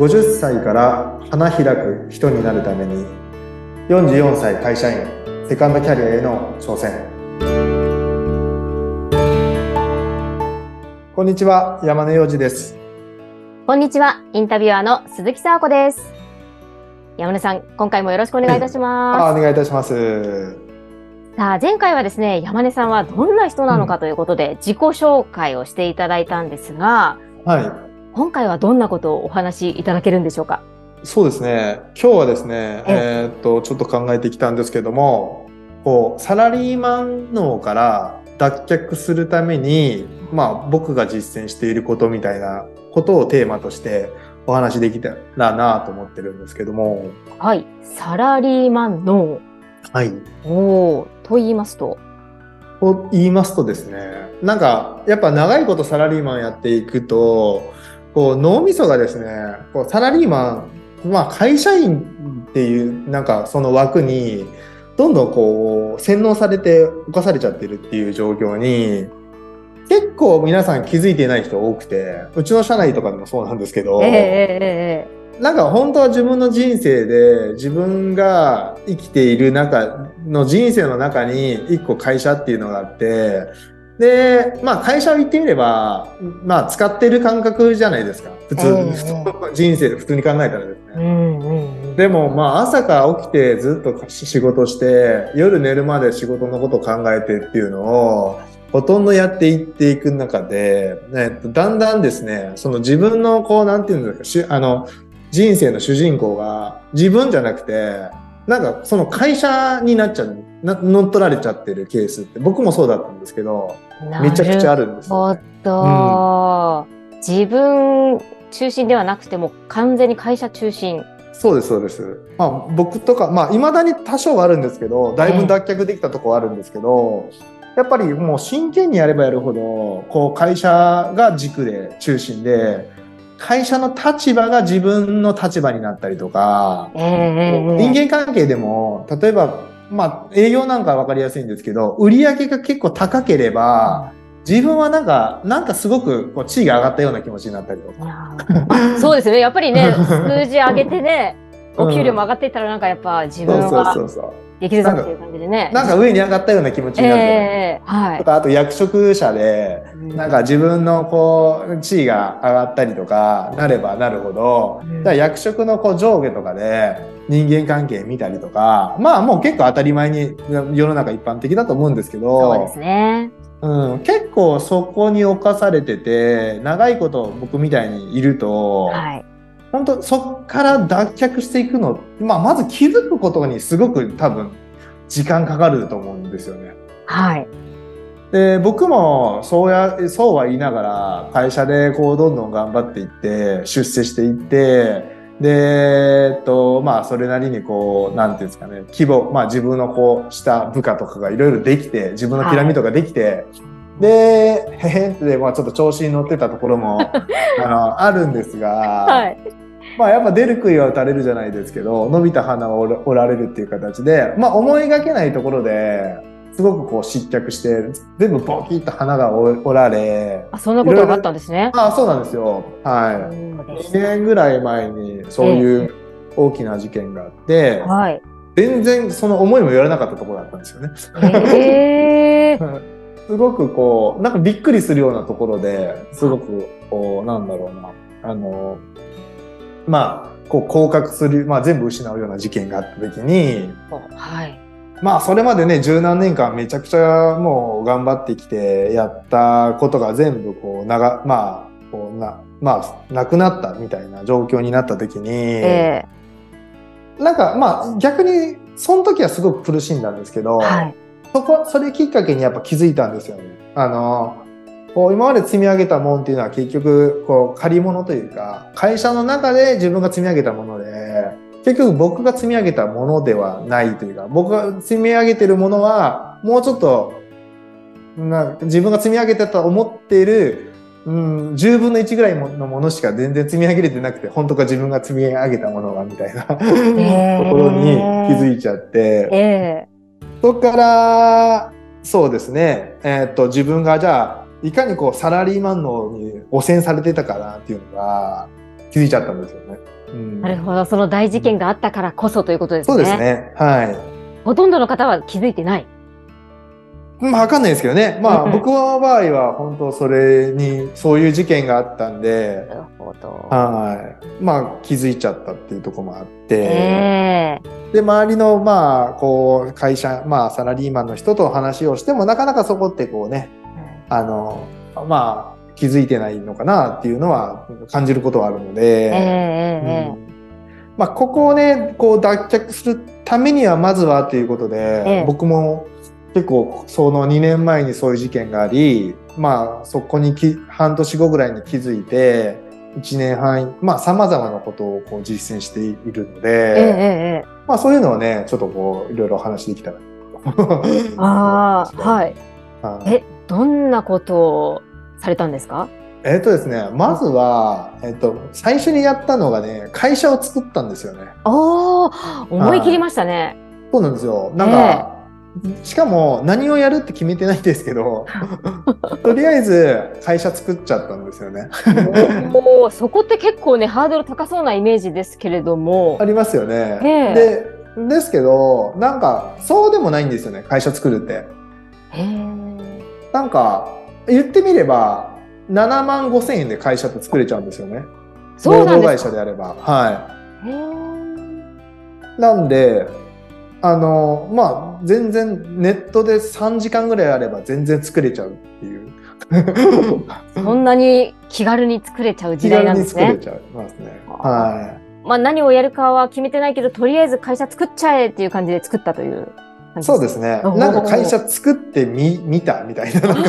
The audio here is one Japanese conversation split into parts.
50歳から花開く人になるために、44歳会社員セカンドキャリアへの挑戦。こんにちは、山根洋二です。 こんにちは、インタビュアーの鈴木沙和子です。山根さん、今回もよろしくお願いいたします。 お願いいたします。 さあ、前回はですね、山根さんはどんな人なのかということで、自己紹介をしていただいたんですが、今回はどんなことをお話しいただけるんでしょうか。 そうですね、今日はですね、ちょっと考えてきたんですけども、サラリーマン脳から脱却するために、僕が実践していることみたいなことをテーマとしてお話できたらなと思ってるんですけども。 はい、サラリーマン脳。 はい。 と言いますとですね、なんかやっぱ長いことサラリーマンやっていくと、脳みそがですね、サラリーマン、会社員っていうなんかその枠にどんどん洗脳されて侵されちゃってるっていう状況に結構皆さん気づいていない人多くて、うちの社内とかでもそうなんですけど、なんか本当は自分の人生で自分が生きている中の人生の中に一個会社っていうのがあって、で、会社を言ってみれば、使ってる感覚じゃないですか。普通人生で普通に考えたらですね。でも朝から起きてずっと仕事して夜寝るまで仕事のことを考えてっていうのをほとんどやっていっていく中で、だんだんですね、その自分のなんていうんですか、人生の主人公が自分じゃなくて、なんかその会社になっちゃう、乗っ取られちゃってるケースって僕もそうだったんですけど、めちゃくちゃあるんですよね。 自分中心ではなくても完全に会社中心。 そうですそうです。僕とか未だに多少はあるんですけど、だいぶ脱却できたところはあるんですけど、やっぱりもう真剣にやればやるほど会社が軸で中心で、会社の立場が自分の立場になったりとか、人間関係でも例えば営業なんかは分かりやすいんですけど、売り上げが結構高ければ自分はなんかすごく地位が上がったような気持ちになったりとか。 そうですね、やっぱりね、数字上げてね、お給料も上がっていったらなんかやっぱ自分はできるぞっていう感じでね、 なんか上に上がったような気持ちになるじゃないですか。とか、あと役職者でなんか自分の地位が上がったりとかなればなるほど、役職の上下とかで人間関係見たりとか、もう結構当たり前に世の中一般的だと思うんですけど、 そうですね、 結構そこに侵されてて長いこと僕みたいにいると、本当そっから脱却していくの、まず気づくことにすごく多分時間かかると思うんですよね。で、僕もそうは言いながら会社でどんどん頑張っていって出世していって、でそれなりになんていうんですかね、規模、自分の下部下とかがいろいろできて、自分のピラミッドができて、でへへんってちょっと調子に乗ってたところもあるんですが、やっぱ出る杭は打たれるじゃないですけど、伸びた花を折られるっていう形で、思いがけないところですごく失脚して全部ボキッと花が折られ。 そんなことがあったんですね。 そうなんですよ。2年ぐらい前にそういう大きな事件があって、全然その思いもよらなかったところだったんですよね。すごくなんかびっくりするようなところですごくなんだろうな、降格する、全部失うような事件があった時に、それまでね十何年間めちゃくちゃもう頑張ってきてやったことが全部なくなったみたいな状況になった時に、なんか逆にその時はすごく苦しんだんですけど、それきっかけにやっぱ気づいたんですよね。今まで積み上げたもんっていうのは結局借り物というか、会社の中で自分が積み上げたもので、結局僕が積み上げたものではないというか、僕が積み上げてるものはもうちょっと自分が積み上げたと思っている、10分の1ぐらいのものしか全然積み上げれてなくて、本当か自分が積み上げたものがみたいなところに気づいちゃって、そこからそうですね、自分がじゃあいかにサラリーマン脳に汚染されてたかなっていうのが気づいちゃったんですよね。 なるほど。その大事件があったからこそということですね。 そうですね。はい。 ほとんどの方は気づいてない。 わかんないですけどね。僕の場合は本当そういう事件があったんで、 なるほど。 はい。気づいちゃったっていうところもあって、で、周りの、会社、サラリーマンの人と話をしても、なかなかそこってこうね、気づいてないのかなっていうのは感じることはあるので、ここをね、こう脱却するためには、まずはということで、僕も結構その2年前にそういう事件があり、そこに半年後ぐらいに気づいて、1年半、様々なことをこう実践しているので、そういうのをね、ちょっとこういろいろお話できたら。 はい。どんなことをされたんですか？ ですね、まずは、最初にやったのがね、会社を作ったんですよね。 思い切りましたね。 そうなんですよ。しかも何をやるって決めてないんですけど、とりあえず会社作っちゃったんですよね。 そこって結構ね、ハードル高そうなイメージですけれども。 ありますよね。ですけど、そうでもないんですよね、会社作るって。言ってみれば、7万5千円で会社って作れちゃうんですよね。労働会社であれば。はい。なんで、全然ネットで3時間ぐらいあれば全然作れちゃうっていう。 そんなに気軽に作れちゃう時代なんですね。 気軽に作れちゃいますね。はい。 何をやるかは決めてないけど、とりあえず会社作っちゃえっていう感じで作ったという感じです。 そうですね。会社作ってみたみたいな。と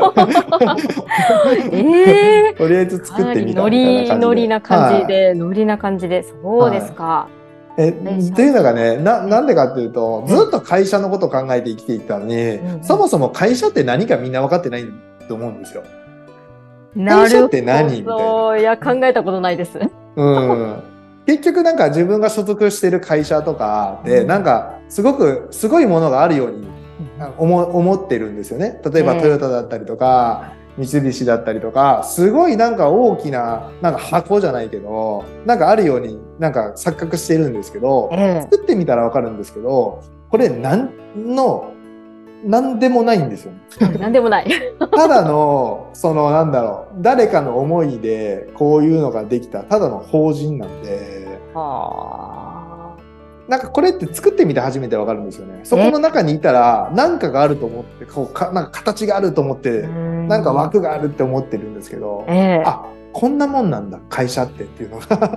りあえず作ってみたみたいな感じで。 ノリな感じで。そうですか。 っていうのがね、なんでかっていうと、ずっと会社のことを考えて生きていったのに、そもそも会社って何かみんな分かってないと思うんですよ。会社って何みたいな。 いや、考えたことないです。 結局自分が所属してる会社とかで、すごいものがあるように思ってるんですよね。例えばトヨタだったりとか、三菱だったりとか、すごい大きな箱じゃないけどあるように錯覚しているんですけど、作ってみたら分かるんですけど、これ何でもないんですよ。 何でもない。 ただの誰かの思いでこういうのができたただの法人なんで。これって作ってみて初めて分かるんですよね。そこの中にいたら何かがあると思って形があると思って枠があるって思ってるんですけど、こんなもんなんだ会社っていうのが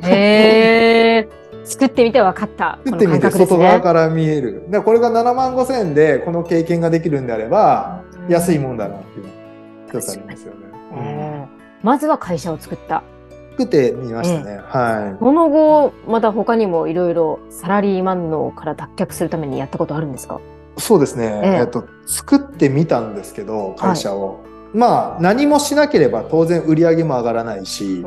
作ってみて分かった。 作ってみて外側から見える。これが7万5千円でこの経験ができるんであれば安いもんだなっていうのが一つありますよね。 まずは会社を作ってみましたね。はい。 その後、また他にもいろいろサラリーマン脳から脱却するためにやったことあるんですか？ そうですね。作ってみたんですけど、会社を。何もしなければ当然売り上げも上がらないし、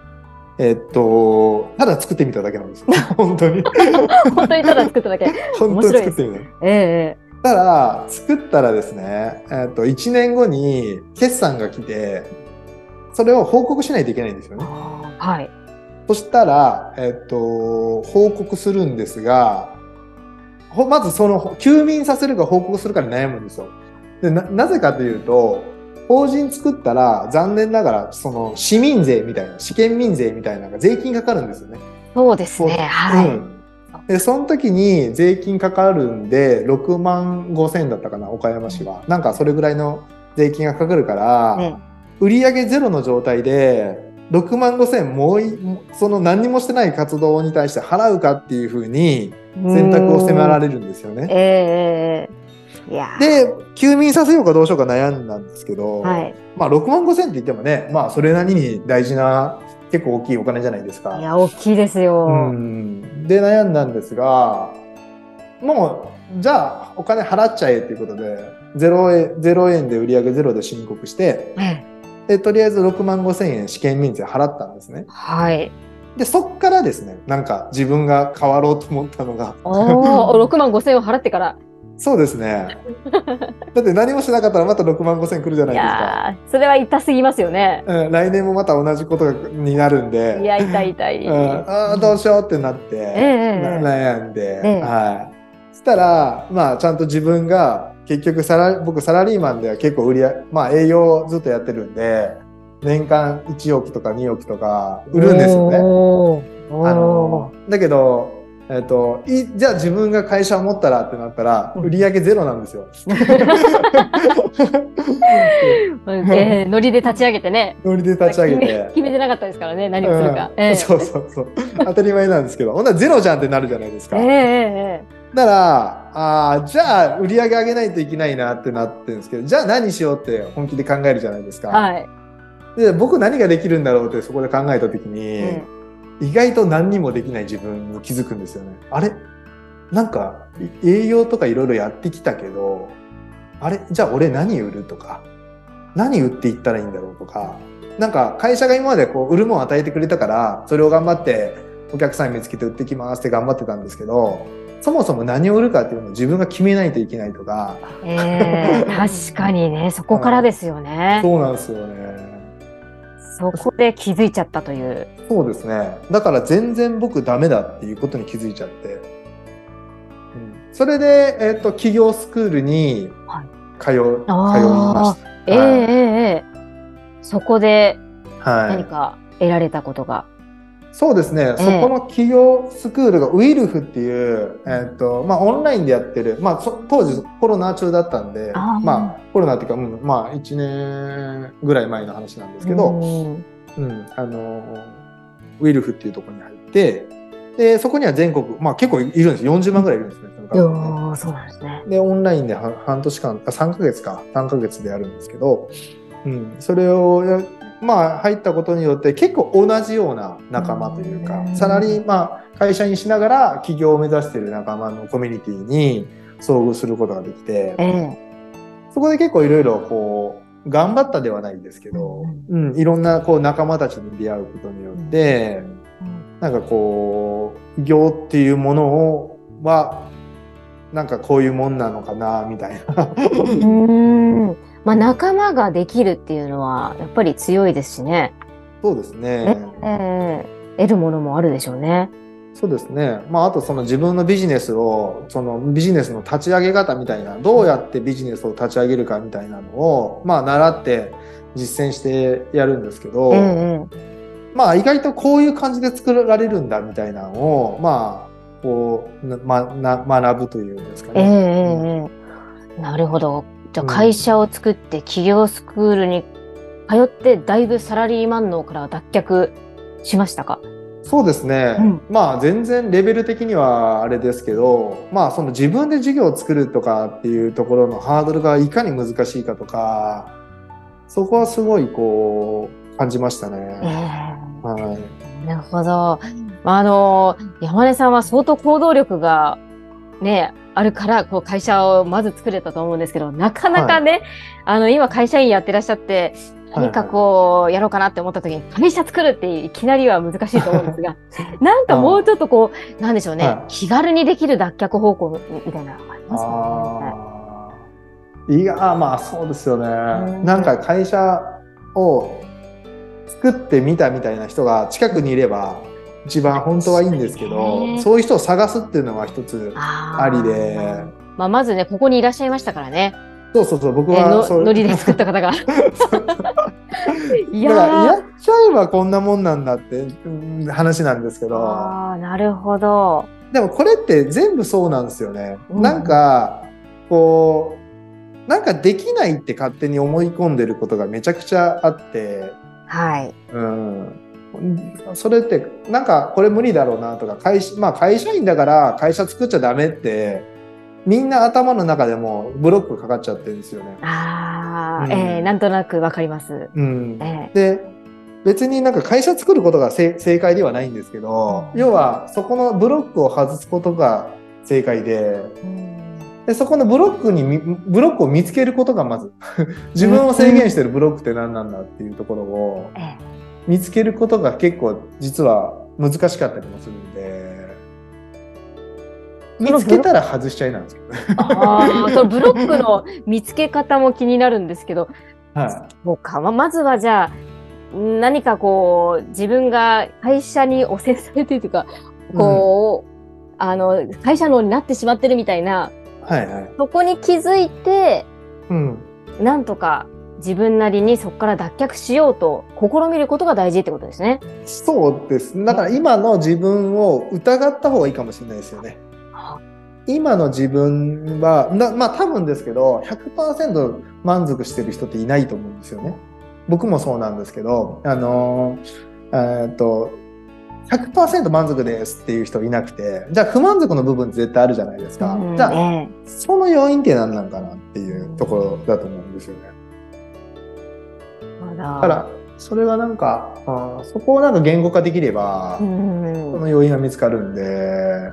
ただ作ってみただけなんですよ。本当に。 本当にただ作っただけ。 本当に作ってみた。ただ、作ったらですね、1年後に決算が来て、それを報告しないといけないんですよね。 はい。 そしたら、報告するんですが、まず休眠させるか報告するかで悩むんですよ。で、なぜかというと、法人作ったら残念ながら市民税みたいな、試験民税みたいなのが税金かかるんですよね。 そうですね。はい。 で、その時に税金かかるんで、6万5千円だったかな、岡山市は。それぐらいの税金がかかるから、売上ゼロの状態で6万5千円何にもしてない活動に対して払うかっていうふうに選択を迫られるんですよね。で、休眠させようかどうしようか悩んだんですけど、6万5千円って言ってもね、それなりに大事な結構大きいお金じゃないですか。 いや、大きいですよ。 で、悩んだんですが、もうじゃあお金払っちゃえということで0円で売上ゼロで申告して、でとりあえず6万5千円試験民税払ったんですね。 はい。 でそっからですね、自分が変わろうと思ったのが 6万5千円を払ってからそうですね。だって何もしなかったらまた6万5千来るじゃないいですか。 やー、それは痛すぎますよね。 うん、来年もまた同じことになるんで、 いや、痛い痛い。 どうしようってなって、悩んで、はい。そしたら、まあ、ちゃんと自分が、結局僕サラリーマンでは結構まあ営業ずっとやってるんで、年間1億とか2億とか売るんですよね。だけど、じゃあ自分が会社を持ったらってなったら、売り上げゼロなんですよ。 ノリで立ち上げてね。 ノリで立ち上げて。 決めてなかったですからね、何をするか。 そうそうそう。当たり前なんですけど、ほんならゼロじゃんってなるじゃないですか。だから、じゃあ売り上げ上げないといけないなってなってるんですけど、じゃあ何しようって本気で考えるじゃないですか。 はい。 で、僕何ができるんだろうってそこで考えたときに、意外と何にもできない自分に気づくんですよね。あれなんか営業とかいろいろやってきたけど、あれじゃあ俺何売るとか、何売っていったらいいんだろうとか、なんか会社が今までこう売るもん与えてくれたから、それを頑張ってお客さん見つけて売ってきますって頑張ってたんですけど、そもそも何を売るかっていうのを自分が決めないといけないとか。 確かにね、そこからですよね。 そうなんですよね。 そこで気づいちゃったという。 そうですね。だから全然僕ダメだっていうことに気づいちゃって。それで、企業スクールに通いました。 そこで何か得られたことが。 そうですね。そこの企業スクールがウィルフっていう、まあオンラインでやってる、まあ当時コロナ中だったんで、まあコロナっていうか、まあ1年ぐらい前の話なんですけど、ウィルフっていうところに入って、で、そこには全国、まあ結構いるんです。40万ぐらいいるんですね。 そうなんですね。 で、オンラインで半年間、3ヶ月でやるんですけど、それをまあ入ったことによって結構同じような仲間というか、会社員しながら起業を目指している仲間のコミュニティに遭遇することができて、そこで結構いろいろこう頑張ったではないんですけど、いろんなこう仲間たちに出会うことによって、なんかこう起業っていうものはなんかこういうもんなのかなみたいな。 まあ仲間ができるっていうのはやっぱり強いですしね。 そうですね。 得るものもあるでしょうね。 そうですね。まああとその自分のビジネスを、そのビジネスの立ち上げ方みたいな、どうやってビジネスを立ち上げるかみたいなのをまあ習って実践してやるんですけど、まあ意外とこういう感じで作られるんだみたいなのをまあこう学ぶというんですかね。 なるほど。じゃあ会社を作って企業スクールに通ってだいぶサラリーマン脳から脱却しましたか？ そうですね。まあ全然レベル的にはあれですけど、まあその自分で事業を作るとかっていうところのハードルがいかに難しいかとか、そこはすごいこう感じましたね。 なるほど。山根さんは相当行動力がね、あるからこう会社をまず作れたと思うんですけど、なかなかね、今会社員やってらっしゃって何かこうやろうかなって思った時に会社作るっていきなりは難しいと思うんですがなんかもうちょっとこうなんでしょうね、気軽にできる脱却方法みたいなのありますかね。いやまあそうですよね。なんか会社を作ってみたみたいな人が近くにいれば一番本当はいいんですけど、そういう人を探すっていうのが一つありで、 まずねここにいらっしゃいましたからね。 そう僕はノリで作った方がいやっちゃえばこんなもんなんだって話なんですけど。 なるほど。 でもこれって全部そうなんですよね。なんかこうなんかできないって勝手に思い込んでることがめちゃくちゃあって、それってなんかこれ無理だろうなとか、会社員だから会社作っちゃダメってみんな頭の中でもブロックかかっちゃってるんですよね。 なんとなくわかります。 で別になんか会社作ることが正解ではないんですけど、要はそこのブロックを外すことが正解で、そこのブロックを見つけることがまず自分を制限してるブロックって何なんだっていうところを見つけることが結構実は難しかったりもするんで、 見つけたら外しちゃいなんですけどね。 そのブロックの見つけ方も気になるんですけど、 はそうか。まずはじゃあ、何かこう、自分が会社に汚染されているというか、こう、会社のになってしまってるみたいな、 はいはい。 そこに気づいて、 うん。 なんとか自分なりにそこから脱却しようと試みることが大事ってことですね。 そうです。だから今の自分を疑った方がいいかもしれないですよね。今の自分は、まあ多分ですけど、100% 満足してる人っていないと思うんですよね。僕もそうなんですけど、100% 満足ですっていう人いなくて、じゃあ不満足の部分絶対あるじゃないですか。じゃあ、その要因って何なんかなっていうところだと思うんですよね。だから、それはなんか、そこをなんか言語化できれば、その要因が見つかるんで、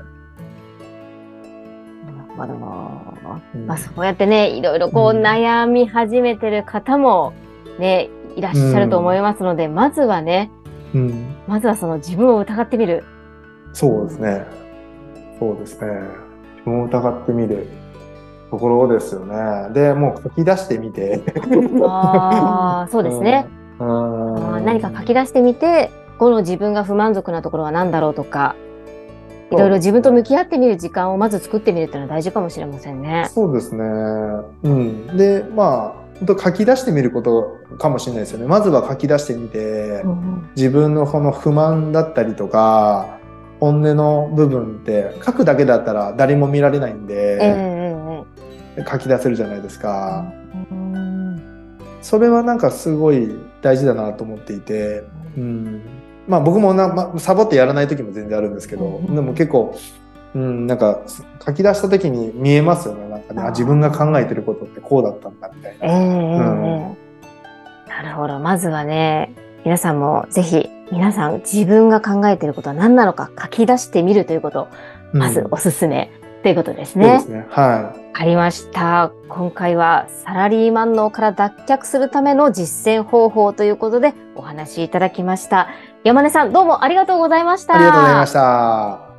まあ、そうやってね、いろいろこう悩み始めてる方もね、いらっしゃると思いますので、まずはね、まずはその自分を疑ってみる。 そうですね。そうですね。自分を疑ってみるところですよね。で、もう書き出してみて。 そうですね。何か書き出してみて、この自分が不満足なところは何だろうとか、いろいろ自分と向き合ってみる時間をまず作ってみるっていうのは大事かもしれませんね。 そうですね。で、まあ、本当書き出してみることかもしれないですよね。まずは書き出してみて、自分のこの不満だったりとか、本音の部分って書くだけだったら誰も見られないんで、書き出せるじゃないですか。それはなんかすごい大事だなと思っていて、まあ僕もサボってやらない時も全然あるんですけど、でも結構、なんか書き出した時に見えますよね。なんかね、自分が考えてることってこうだったんだみたいな。 なるほど。まずはね、皆さんもぜひ、皆さん自分が考えていることは何なのか書き出してみるということを、まずおすすめということですね。 そうですね。はい。 わかりました。今回はサラリーマン脳から脱却するための実践方法ということでお話しいただきました。山根さん、どうもありがとうございました。 ありがとうございました。